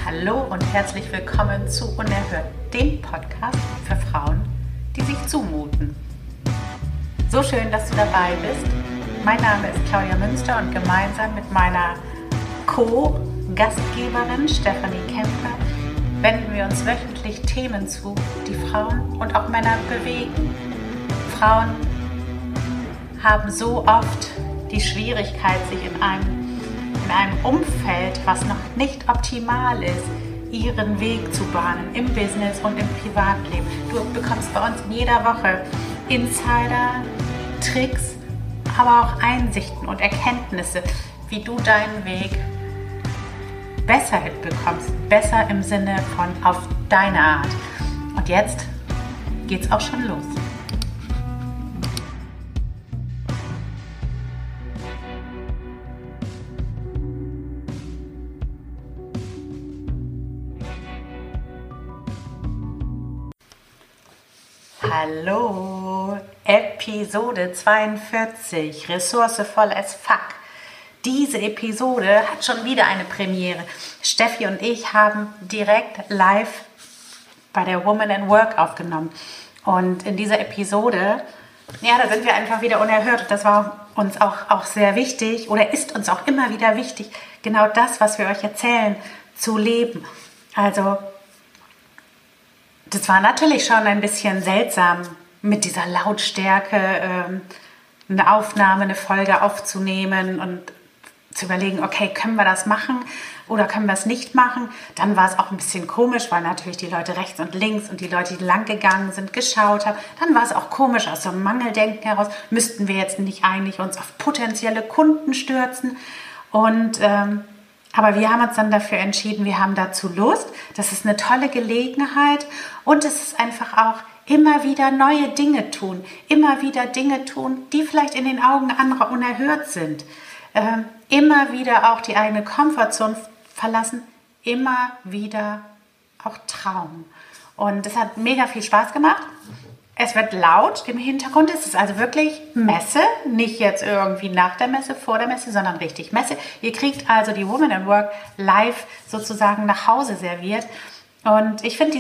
Hallo und herzlich willkommen zu Unerhört, dem Podcast für Frauen, die sich zumuten. So schön, dass du dabei bist. Mein Name ist Claudia Münster und gemeinsam mit meiner Co-Gastgeberin Stefanie Kemper wenden wir uns wöchentlich Themen zu, die Frauen und auch Männer bewegen. Frauen haben so oft die Schwierigkeit, sich in einem Umfeld, was noch nicht optimal ist, ihren Weg zu bahnen im Business und im Privatleben. Du bekommst bei uns in jeder Woche Insider, Tricks, aber auch Einsichten und Erkenntnisse, wie du deinen Weg besser hinbekommst. Besser im Sinne von auf deine Art. Und jetzt geht's auch schon los. Hallo, Episode 42, ressourcevoll as fuck. Diese Episode hat schon wieder eine Premiere. Steffi und ich haben direkt live bei der Woman at Work aufgenommen. Und in dieser Episode, da sind wir einfach wieder unerhört. Und das war uns auch sehr wichtig oder ist uns auch immer wieder wichtig, genau das, was wir euch erzählen, zu leben. Also das war natürlich schon ein bisschen seltsam, mit dieser Lautstärke eine Aufnahme, eine Folge aufzunehmen und zu überlegen, okay, können wir das machen oder können wir es nicht machen? Dann war es auch ein bisschen komisch, weil natürlich die Leute rechts und links und die Leute, die lang gegangen sind, geschaut haben. Dann war es auch komisch, aus so einem Mangeldenken heraus, müssten wir jetzt nicht eigentlich uns auf potenzielle Kunden stürzen. Und aber wir haben uns dann dafür entschieden, wir haben dazu Lust. Das ist eine tolle Gelegenheit und es ist einfach auch immer wieder neue Dinge tun. Immer wieder Dinge tun, die vielleicht in den Augen anderer unerhört sind. Immer wieder auch die eigene Komfortzone verlassen. Immer wieder auch trauen. Und es hat mega viel Spaß gemacht. Es wird laut im Hintergrund. Es ist also wirklich Messe. Nicht jetzt irgendwie nach der Messe, vor der Messe, sondern richtig Messe. Ihr kriegt also die Woman at Work live sozusagen nach Hause serviert. Und ich finde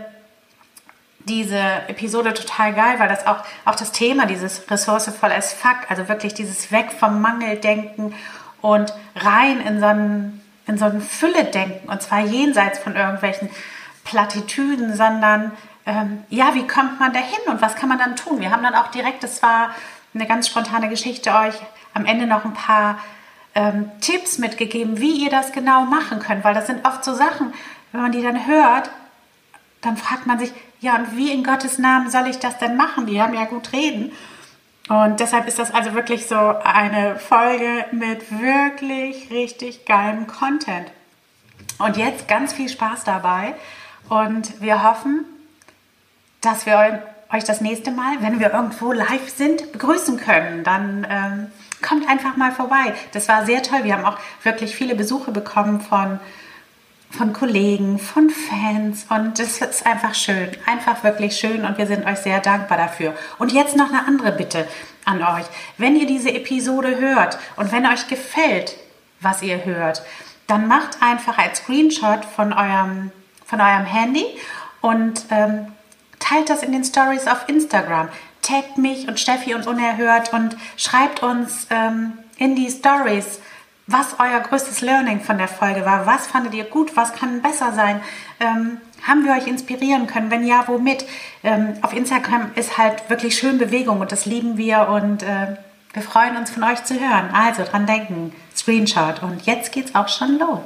diese Episode total geil, weil das auch das Thema, dieses ressourcevoll as fuck, also wirklich dieses Weg vom Mangeldenken und rein in so ein Fülle-Denken. Und zwar jenseits von irgendwelchen Plattitüden, sondern wie kommt man dahin und was kann man dann tun? Wir haben dann auch direkt, das war eine ganz spontane Geschichte, euch am Ende noch ein paar Tipps mitgegeben, wie ihr das genau machen könnt, weil das sind oft so Sachen, wenn man die dann hört, dann fragt man sich, ja und wie in Gottes Namen soll ich das denn machen? Die haben ja gut reden. Und deshalb ist das also wirklich so eine Folge mit wirklich richtig geilem Content. Und jetzt ganz viel Spaß dabei und wir hoffen, dass wir euch das nächste Mal, wenn wir irgendwo live sind, begrüßen können. Dann kommt einfach mal vorbei. Das war sehr toll. Wir haben auch wirklich viele Besuche bekommen von Kollegen, von Fans und das ist einfach schön. Einfach wirklich schön und wir sind euch sehr dankbar dafür. Und jetzt noch eine andere Bitte an euch. Wenn ihr diese Episode hört und wenn euch gefällt, was ihr hört, dann macht einfach ein Screenshot von eurem Handy und teilt das in den Stories auf Instagram. Taggt mich und Steffi und Unerhört und schreibt uns in die Stories, was euer größtes Learning von der Folge war. Was fandet ihr gut? Was kann besser sein? Haben wir euch inspirieren können? Wenn ja, womit? Auf Instagram ist halt wirklich schön Bewegung und das lieben wir und wir freuen uns von euch zu hören. Also dran denken, Screenshot und jetzt geht's auch schon los.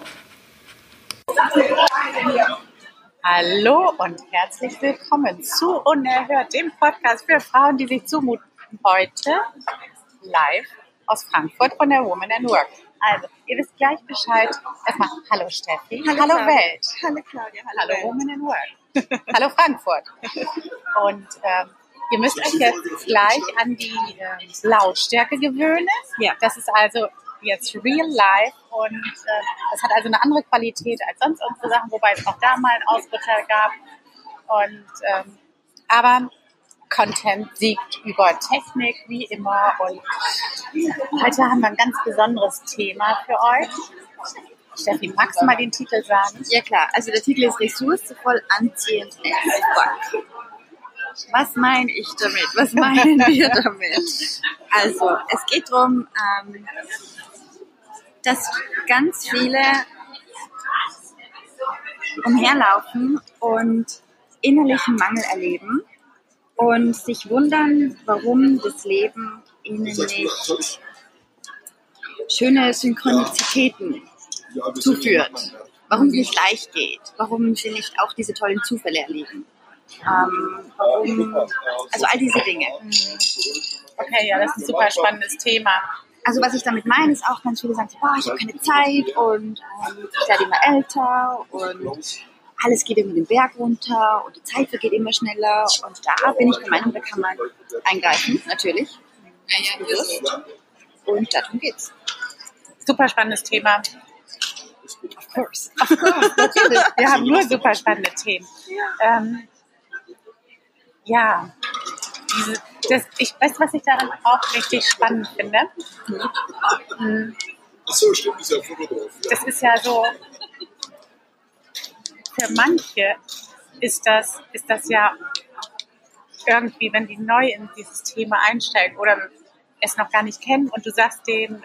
Hallo und herzlich willkommen zu Unerhört, dem Podcast für Frauen, die sich zumuten. Heute live aus Frankfurt von der Woman at Work. Also, ihr wisst gleich Bescheid. Erstmal, hallo Steffi, hallo Welt. Hallo Claudia, hallo Woman at Work. Hallo Frankfurt. Und ihr müsst euch jetzt gleich an die Lautstärke gewöhnen. Ja. Das ist also jetzt real life und das hat also eine andere Qualität als sonst unsere Sachen, wobei es auch da mal einen Ausrutscher gab. Und aber Content siegt über Technik, wie immer. Und heute haben wir ein ganz besonderes Thema für euch. Steffi, magst du mal den Titel sagen? Ja klar, also der Titel ist ressourcevoll, anziehend as fuck. Was meine ich damit? Was meinen wir damit? Also, es geht darum, dass ganz viele umherlaufen und innerlichen Mangel erleben und sich wundern, warum das Leben ihnen nicht schöne Synchronizitäten zuführt, warum es nicht leicht geht, warum sie nicht auch diese tollen Zufälle erleben. Also all diese Dinge. Okay, ja, das ist ein super spannendes Thema. Also was ich damit meine, ist auch ganz viele sagen, boah, ich habe keine Zeit und ich werde immer älter und alles geht irgendwie den Berg runter und die Zeit vergeht immer schneller. Und da bin ich der Meinung, da kann man eingreifen, natürlich, ganz bewusst. Und darum geht's. Super spannendes Thema. Of course. Natürlich. Wir haben nur super spannende Themen. Ich weiß, was ich daran auch richtig spannend finde. Achso, stimmt, ist ja ein Foto drauf. Ja. Das ist ja so, für manche ist das ja irgendwie, wenn die neu in dieses Thema einsteigen oder es noch gar nicht kennen und du sagst denen,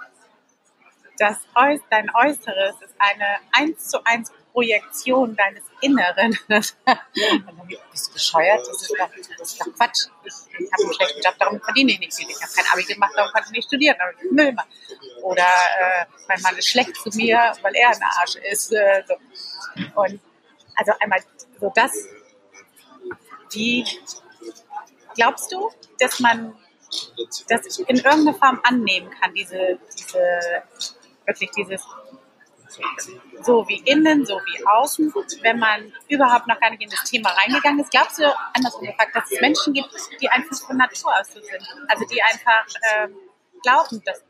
dein Äußeres ist eine 1:1 Projektion deines Inneren. Bist du bescheuert? Das ist doch Quatsch. Ich habe einen schlechten Job, darum verdiene ich nicht viel. Ich habe kein Abi gemacht, darum konnte ich nicht studieren. Müll machen. Oder mein Mann ist schlecht zu mir, weil er ein Arsch ist. So. Und also einmal so das. Wie glaubst du, dass man das in irgendeiner Form annehmen kann, wirklich dieses so wie innen, so wie außen, wenn man überhaupt noch gar nicht in das Thema reingegangen ist? Glaubst du, andersrum gefragt, dass es Menschen gibt, die einfach von Natur aus so sind? Also die einfach glauben, dass...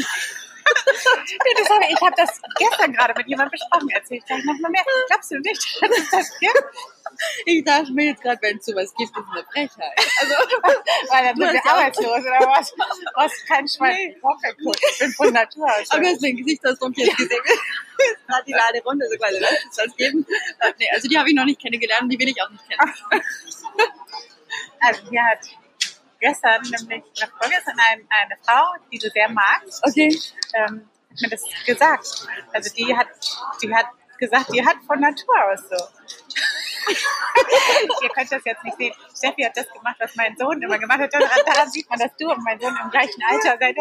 Ich habe das gestern gerade mit jemandem besprochen, erzähle ich gleich noch mal mehr. Glaubst du nicht, dass es das gibt? Ich dachte mir jetzt gerade, wenn es sowas gibt, ist eine Frechheit. Also, weil dann sind wir arbeitslos oder was? Was kein Schwein Rocket. Ich bin von Natur aus. Aber du hast den Gesichtsausdruck jetzt gesehen. Hat die Lade runter, so quasi, lass es das geben. Nee, also die habe ich noch nicht kennengelernt und die will ich auch nicht kennen. Also hier hat gestern, nämlich oder vorgestern, eine Frau, die du sehr magst, Okay. hat mir das gesagt. Also die hat gesagt, die hat von Natur aus so. Ihr könnt das jetzt nicht sehen. Steffi hat das gemacht, was mein Sohn immer gemacht hat. Daran sieht man, dass du und mein Sohn im gleichen Alter seid.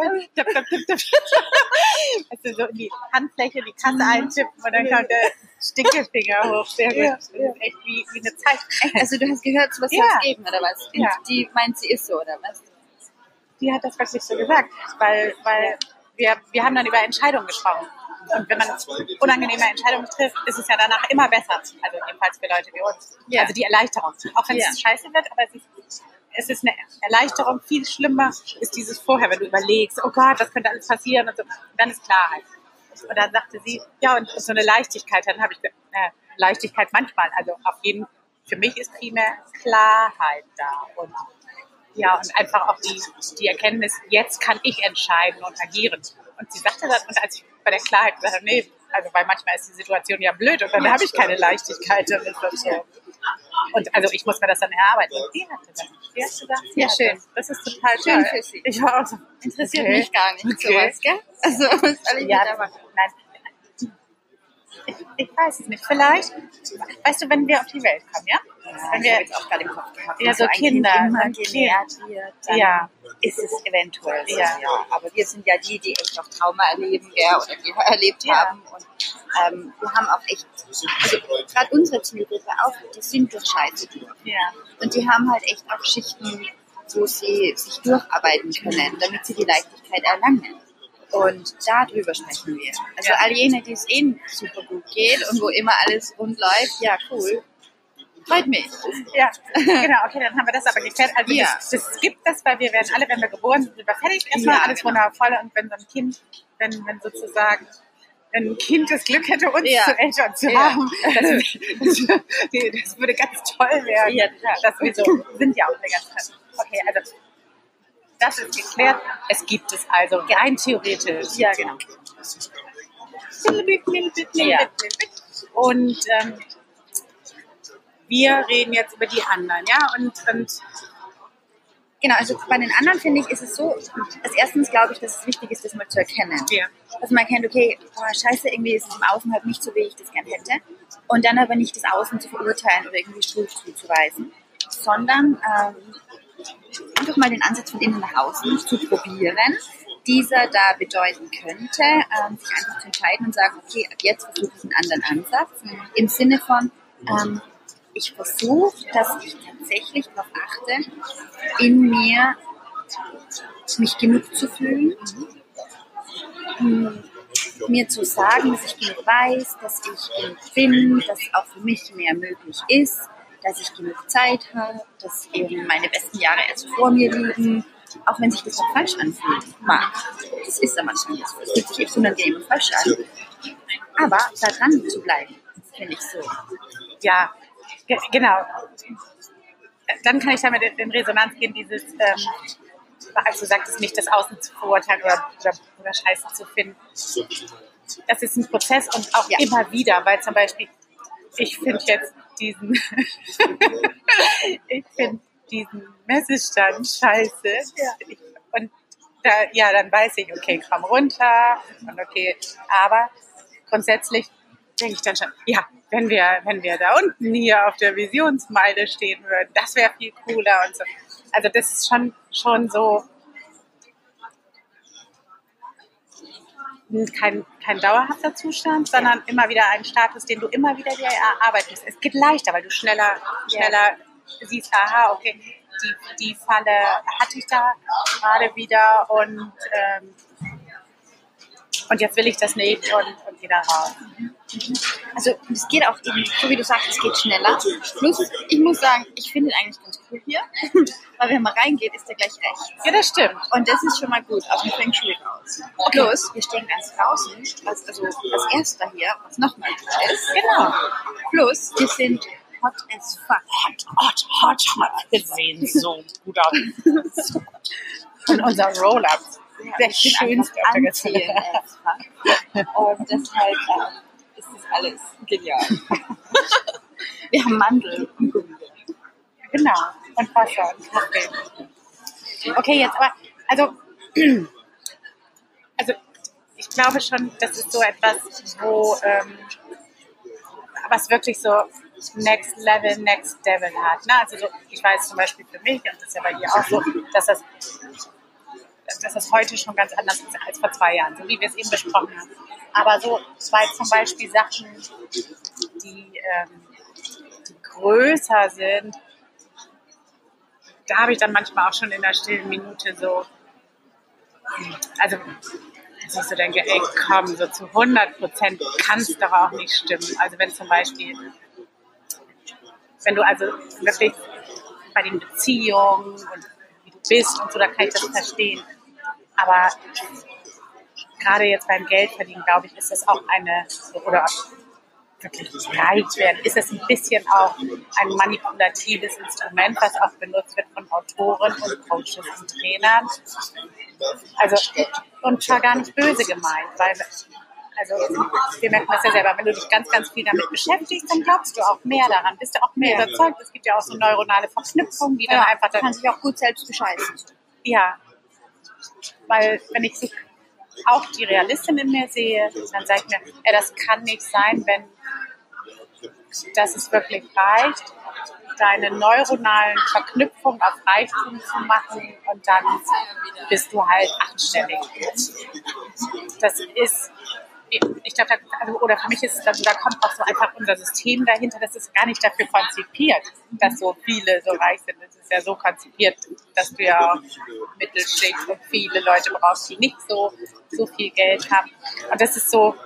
Also so in die Handfläche die Kasse eintippen und dann kommt der Stinkefinger hoch. Sehr gut. Das ist echt wie eine Zeit. Also du hast gehört, was soll es geben, oder was? Ja. Und die meint, sie ist so, oder was? Die hat das wirklich so gesagt, weil wir haben dann über Entscheidungen gesprochen. Und wenn man unangenehme Entscheidungen trifft, ist es ja danach immer besser. Also jedenfalls für Leute wie uns. Ja. Also die Erleichterung. Auch wenn es scheiße wird, aber es ist eine Erleichterung. Viel schlimmer ist dieses vorher, wenn du überlegst, oh Gott, was könnte alles passieren und so. Und dann ist Klarheit. Und dann sagte sie, ja, und so eine Leichtigkeit. Dann habe ich gesagt, Leichtigkeit manchmal. Also für mich ist primär Klarheit da. Und ja, und einfach auch die Erkenntnis, jetzt kann ich entscheiden und agieren. Und sie sagte dann, und als ich bei der Klarheit gesagt habe, nee, also weil manchmal ist die Situation ja blöd und dann habe ich keine Leichtigkeit. Dann ist das so. Und also ich muss mir das dann erarbeiten. Und die hat gesagt, Ja, schön. Das ist total Schön toll. für sie. Ich war auch so, Interessiert mich gar nicht, sowas, gell? Also, was soll ich ja, da machen? nein. Ich weiß es nicht. Vielleicht, weißt du, wenn wir auf die Welt kommen, ja? Wenn wir jetzt auch gerade im Kopf gehabt, ja, so ein Kinder, Kind immer ein genährt wird, dann Ja. ist es eventuell so, Ja. ja. Aber wir sind ja die echt auch Trauma erleben, gell, oder die erlebt haben. Und wir haben auch echt, also gerade unsere Zielgruppe auch, die sind durch Scheiße durch. Ja. Und die haben halt echt auch Schichten, wo sie sich durcharbeiten können, damit sie die Leichtigkeit erlangen. Und darüber sprechen wir. Also all jene, die es eben super gut geht und wo immer alles rund läuft, ja cool, freut mich. Ja, genau, okay, dann haben wir das aber geklärt. Also Ja. das gibt es, weil wir werden alle, wenn wir geboren sind, überfällig erstmal, Ja, alles genau. wundervoll. Und wenn so ein Kind, wenn sozusagen ein Kind das Glück hätte, uns Ja. zu Eltern zu Ja. haben, das würde ganz toll werden. Ja. Das wir so sind ja auch eine ganz toll. Okay, also das ist geklärt. Es gibt es also rein theoretisch. Ja, genau. Und wir reden jetzt über die anderen, ja, und Genau, also bei den anderen finde ich, ist es so, als erstens glaube ich, dass es wichtig ist, das mal zu erkennen. ja. Dass man erkennt, okay, scheiße, irgendwie ist es im Außen halt nicht so, wie ich das gern hätte. Und dann aber nicht das Außen zu verurteilen oder irgendwie Schuld zuzuweisen, sondern einfach mal den Ansatz von innen nach außen zu probieren, dieser da bedeuten könnte, sich einfach zu entscheiden und sagen, okay, ab jetzt versuche ich einen anderen Ansatz. Im Sinne von, ich versuche, dass ich tatsächlich darauf achte, in mir mich genug zu fühlen, mir zu sagen, dass ich genug weiß, dass ich genug bin, dass auch für mich mehr möglich ist, dass ich genug Zeit habe, dass eben meine besten Jahre erst vor mir liegen, auch wenn sich das noch falsch anfühlt, mag. Das ist ja manchmal nicht so. Es fühlt sich echt unangenehm und falsch an. Aber da dran zu bleiben, finde ich so. Ja, genau. Dann kann ich damit in Resonanz gehen, dieses, als du sagtest, nicht das Außen zu verurteilen oder Scheiße zu finden. Das ist ein Prozess und auch immer wieder, weil zum Beispiel, ich finde jetzt diesen Messestand scheiße. Und dann weiß ich, okay, komm runter und okay, aber grundsätzlich denke ich dann schon, ja, wenn wir da unten hier auf der Visionsmeile stehen würden, das wäre viel cooler und so. Also das ist schon so kein dauerhafter Zustand, sondern immer wieder ein Status, den du immer wieder erarbeiten musst. Es geht leichter, weil du schneller siehst, aha, okay, die Falle hatte ich da gerade wieder und jetzt will ich das nicht und gehe da raus. Also es geht auch eben, so wie du sagst, es geht schneller. Plus, ich muss sagen, ich finde ihn eigentlich ganz cool hier, weil wenn man reingeht, ist der gleich rechts. Ja, das stimmt. Und das ist schon mal gut, aus dem Feng Shui raus. Plus, wir stehen ganz draußen, als erster hier, was nochmal gut ist. Genau. Plus, wir sind hot as fuck. Hot. Wir sehen so gut aus. Und unser Roll-Up. Der schönste auf der ganzen Welt. Und deshalb ist das alles genial. Wir haben Mandel und Gummi. Genau. Und Wasser und Kaffee. Okay, jetzt aber, also ich glaube schon, das ist so etwas, wo was wirklich so Next Level, Next Devil hat. Ne? Also so, ich weiß zum Beispiel für mich, und das ist ja bei dir auch so, dass das heute schon ganz anders ist als vor 2 Jahren, so wie wir es eben besprochen haben. Aber so, weil zum Beispiel Sachen, die größer sind, da habe ich dann manchmal auch schon in der stillen Minute so, also dass ich so denke, ey komm, so zu 100% kann es doch auch nicht stimmen. Also wenn zum Beispiel, wenn du also wirklich bei den Beziehungen und wie du bist und so, da kann ich das verstehen. Aber gerade jetzt beim Geldverdienen, glaube ich, ist das auch oder wirklich reich werden, ist es ein bisschen auch ein manipulatives Instrument, was auch benutzt wird von Autoren und Coaches und Trainern. Also, und zwar gar nicht böse gemeint, weil, also, wir merken das ja selber, wenn du dich ganz, ganz viel damit beschäftigst, dann glaubst du auch mehr daran, bist du auch mehr überzeugt. Es gibt ja auch so neuronale Verknüpfungen, die dann einfach dann... kann sich auch gut selbst bescheißen. Ja, weil wenn ich so auch die Realistin in mir sehe, dann sage ich mir, das kann nicht sein, dass es wirklich reicht, deine neuronalen Verknüpfungen auf Reichtum zu machen und dann bist du halt 8-stellig. Das ist, ich glaube, oder für mich ist es dann so, da kommt auch so einfach unser System dahinter, das ist gar nicht dafür konzipiert, dass so viele so reich sind. Es ist ja so konzipiert, dass du ja auch Mittelschicht und viele Leute brauchst, die nicht so viel Geld haben. Und das ist so,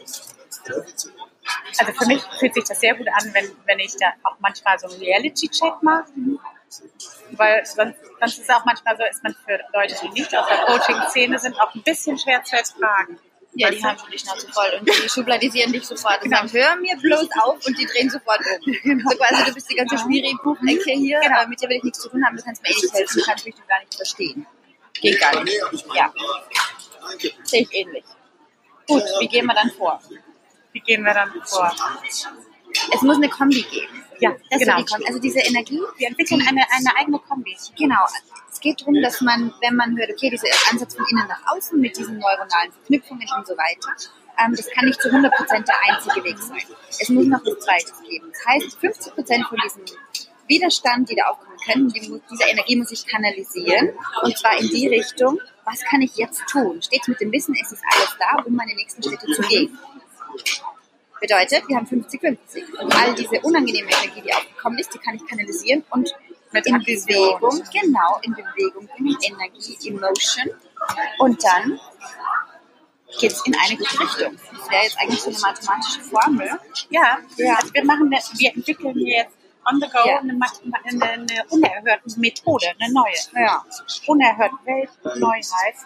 also für mich fühlt sich das sehr gut an, wenn ich da auch manchmal so einen Reality-Check mache. Weil sonst ist es auch manchmal so, ist man für Leute, die nicht aus der Coaching-Szene sind, auch ein bisschen schwer zu ertragen. Ja, die haben schon die Schnauze voll und die schubladisieren dich sofort und sagen, hör mir bloß auf und die drehen sofort um. Genau. So quasi, du bist die ganze Schwierig-Buchecke hier, mit dir will ich nichts zu tun haben, du kannst mir eh nicht helfen, du kannst mich gar nicht verstehen. Geht gar nicht. Ja. Sehe ich ähnlich. Gut, wie gehen wir dann vor? Wie gehen wir dann vor? Es muss eine Kombi geben. Ja, Das genau. ist die Kombi. Also diese Energie, Wir entwickeln eine eigene Kombi. genau. Es geht darum, dass man, wenn man hört, okay, dieser Ansatz von innen nach außen mit diesen neuronalen Verknüpfungen und so weiter, das kann nicht zu 100% der einzige Weg sein. Es muss noch was Zweites geben. Das heißt, 50% von diesem Widerstand, die da aufkommen können, diese Energie muss ich kanalisieren. Und zwar in die Richtung, was kann ich jetzt tun? Stets mit dem Wissen, es ist alles da, um meine nächsten Schritte zu gehen. Bedeutet, wir haben 50-50. Und all diese unangenehme Energie, die aufgekommen ist, die kann ich kanalisieren und Mit in Aktion. Bewegung, genau, in Bewegung bringen, Energie, Emotion. Und dann geht es in eine gute Richtung. Das wäre jetzt eigentlich so eine mathematische Formel. Ja, Ja. also wir entwickeln jetzt on the go Ja. eine unerhörte Methode, eine neue. Ja. Unerhört Weltneuheit.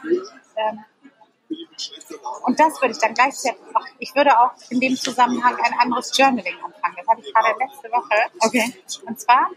Und das würde ich dann gleichzeitig auch, ich würde auch in dem Zusammenhang ein anderes Journaling anfangen. Das habe ich gerade letzte Woche. Okay. Und zwar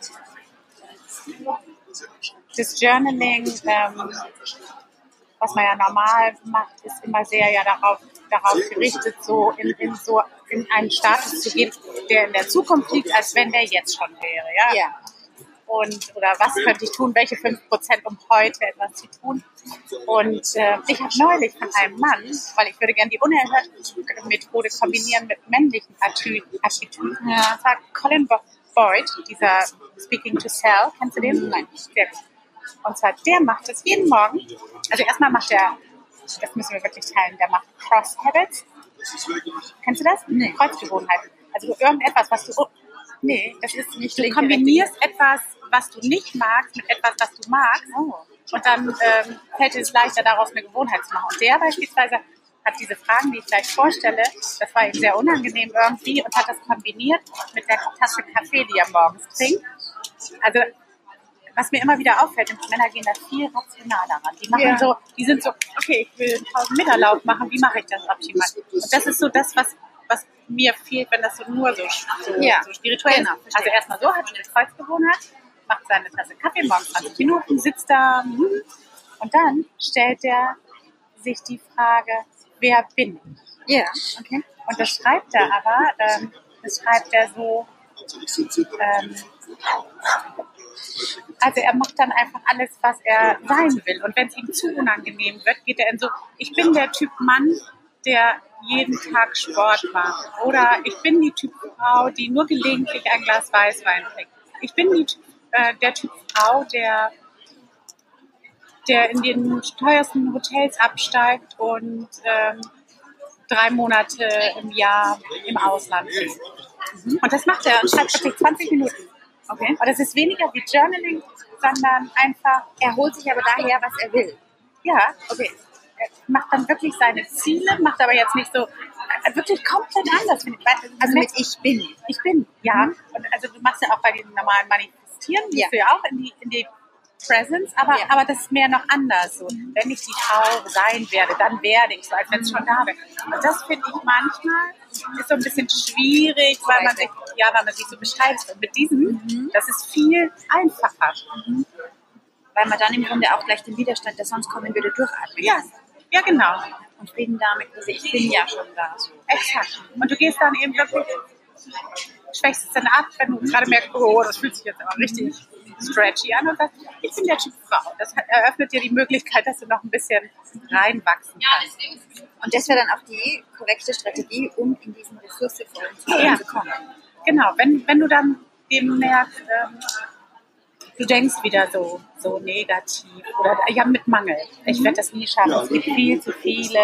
das Journaling, was man ja normal macht, ist immer sehr ja darauf gerichtet, so in einen Status zu gehen, der in der Zukunft liegt, als wenn der jetzt schon wäre. Ja? Ja. Oder was könnte ich tun, welche 5%, um heute etwas zu tun. Und ich habe neulich von einem Mann, weil ich würde gerne die unerhörte Methode kombinieren mit männlichen Attitüden, sagt Colin Boyd, dieser Speaking to Sell, kennst du den? Nein, sehr gut. Und zwar, der macht es jeden Morgen, also erstmal macht er, das müssen wir wirklich teilen, der macht Cross Habits. Kennst du das? Nee. Kreuzgewohnheiten. Also irgendetwas, was du, nee, das ist nicht, du linke, kombinierst etwas, was du nicht magst, mit etwas, was du magst. Und dann fällt es leichter, daraus eine Gewohnheit zu machen. Und der beispielsweise hat diese Fragen, die ich gleich vorstelle, das war ihm sehr unangenehm irgendwie und hat das kombiniert mit der Tasse Kaffee, die er morgens trinkt. Also, was mir immer wieder auffällt, und Männer gehen da viel rationaler ran. Die machen so, die sind so, okay, ich will einen 1000-Meter-Lauf machen, wie mache ich das optimal? Und das ist so das, was mir fehlt, wenn das so nur so spirituell ist. Also erstmal so, hat eine Kreuzgewohnheit, macht seine Tasse Kaffee, morgens 20 Minuten, sitzt da und dann stellt er sich die Frage, wer bin ich? Ja, okay. Und das schreibt er aber, so, also er macht dann einfach alles, was er sein will. Und wenn es ihm zu unangenehm wird, geht er in so, ich bin der Typ Mann, der jeden Tag Sport macht. Oder ich bin die Typ Frau, die nur gelegentlich ein Glas Weißwein trinkt. Ich bin der Typ Frau, der in den teuersten Hotels absteigt und 3 Monate im Jahr im Ausland ist. Und das macht er und schreibt wirklich 20 Minuten. Okay. Und das ist weniger wie Journaling, sondern einfach, Er holt sich aber daher, was er will. ja, okay. Er macht dann wirklich seine Ziele, macht aber jetzt nicht so, wirklich komplett anders. Also mit ich bin. Ich bin, ja. Und also du machst ja auch bei diesem normalen Manifestieren, gehst du ja auch in die Presence, aber das ist mehr noch anders. So. Wenn ich die Frau sein werde, dann werde ich so, als wenn es schon da wäre. Und das finde ich manchmal ist so ein bisschen schwierig, weil man sich so beschreibt. Und mit diesem, das ist viel einfacher. Weil man dann im Grunde auch gleich den Widerstand, der sonst kommen würde, durchatmen kann. Ja, genau. Und Frieden damit, also ich bin ja schon da. So. Exakt. Und du gehst dann eben wirklich, schwächst es dann ab, wenn du gerade merkst, oh, das fühlt sich jetzt aber richtig stretchy an und sagst, ich bin der Typ Frau. Das eröffnet dir die Möglichkeit, dass du noch ein bisschen reinwachsen kannst. Und das wäre dann auch die korrekte Strategie, um in diesen ressourcevollen Zustand zu kommen. Genau, wenn du dann eben merkst, du denkst wieder so negativ oder ja mit Mangel. Ich werde das nie schaffen. Es gibt viel zu viele,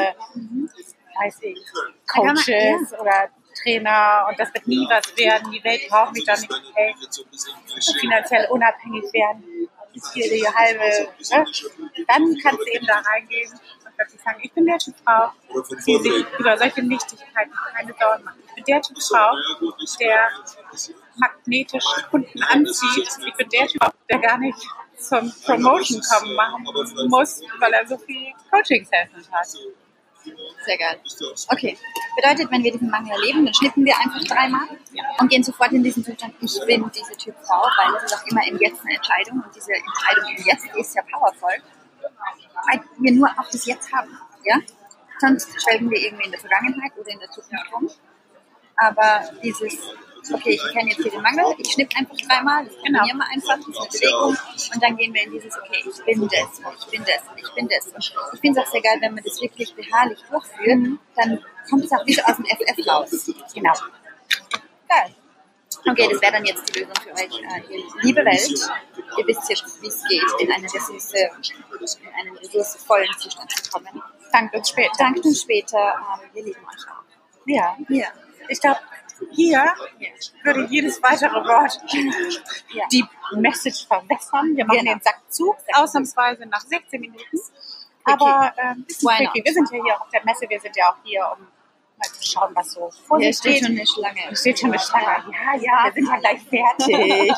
weiß ich, Coaches oder Trainer und das wird nie was werden. Die Welt braucht mich doch nicht. Ey, finanziell unabhängig werden. Ist hier die halbe. Ne? Dann kannst du eben da reingehen und wirklich sagen, ich bin der Typ Frau, die sich über solche Nichtigkeiten keine Sorgen macht. Ich bin der Typ Frau, der magnetisch Kunden anzieht. Ich bin der Typ, der gar nicht zum Promotion kommen machen muss, weil er so viel Coaching-Sessions hat. Sehr geil. Okay. Bedeutet, wenn wir diesen Mangel erleben, dann schnitten wir einfach 3-mal und gehen sofort in diesen Zustand, ich bin diese Typ Frau, weil es ist auch immer im Jetzt eine Entscheidung und diese Entscheidung im Jetzt ist ja powerful, weil wir nur auch das Jetzt haben. Ja? Sonst schwelgen wir irgendwie in der Vergangenheit oder in der Zukunft rum. Aber dieses, okay, ich kenne jetzt hier den Mangel, ich schnipp einfach 3-mal, das kombinieren wir einfach, das ist eine Bewegung und dann gehen wir in dieses, okay, ich bin das und ich bin das und ich bin das. Und ich finde es auch sehr geil, wenn man das wirklich beharrlich durchführt, dann kommt es auch wie so aus dem FF raus. Genau. Geil. Okay, das wäre dann jetzt die Lösung für euch. Liebe Welt, ihr wisst jetzt, wie es geht, in einen ressourcevollen Zustand zu kommen. Dank uns später. Dankt uns später. Wir lieben euch auch. Ja. Ja. Ich glaube, hier würde jedes weitere Wort Ja. die Message verwässern. Wir machen Genau. den Sack zu, ausnahmsweise nach 16 Minuten. Aber Why not? wir sind ja hier auf der Messe, wir sind ja auch hier, um mal zu schauen, was so vor Hier sich steht steht. schon eine Schlange. Hier steht schon eine Schlange. Ja, wir sind ja gleich fertig.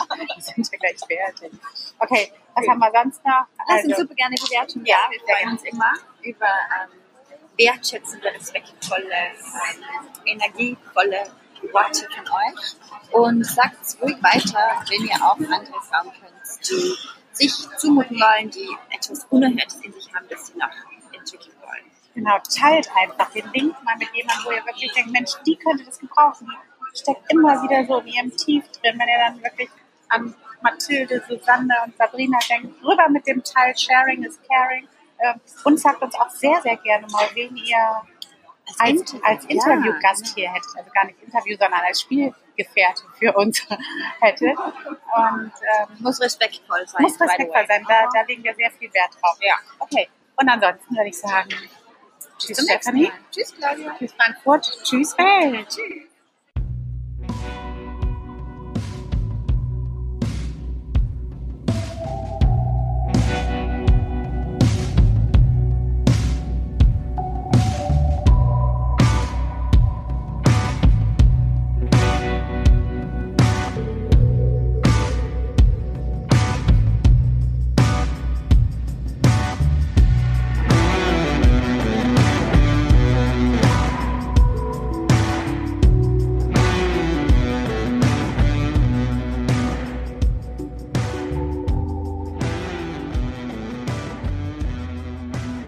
Okay, was haben wir sonst noch? Lass uns super gerne Bewertungen. Ja, wir freuen uns immer über wertschätzende, respektvolle, energievolle Worte von euch. Und sagt es ruhig weiter, wenn ihr auch andere Frauen könnt, die sich zumuten wollen, die etwas Unerhörtes in sich haben, das sie noch entwickeln wollen. Genau, teilt einfach den Link mal mit jemandem, wo ihr wirklich denkt, Mensch, die könnte das gebrauchen. Die steckt immer wieder so in ihrem Tief drin, wenn ihr dann wirklich an Mathilde, Susanne und Sabrina denkt. Rüber mit dem Teil Sharing is Caring. Und sagt uns auch sehr, sehr gerne mal, wen ihr als Interviewgast hier hättet. Also gar nicht Interview, sondern als Spielgefährte für uns hättet. Und Muss respektvoll sein. muss respektvoll sein. Da legen wir sehr viel Wert drauf. Ja. Okay. Und ansonsten würde ich sagen, tschüss Zum nächsten Stephanie. Mal. Tschüss, Claudia. Tschüss Frankfurt. Tschüss Welt. Tschüss.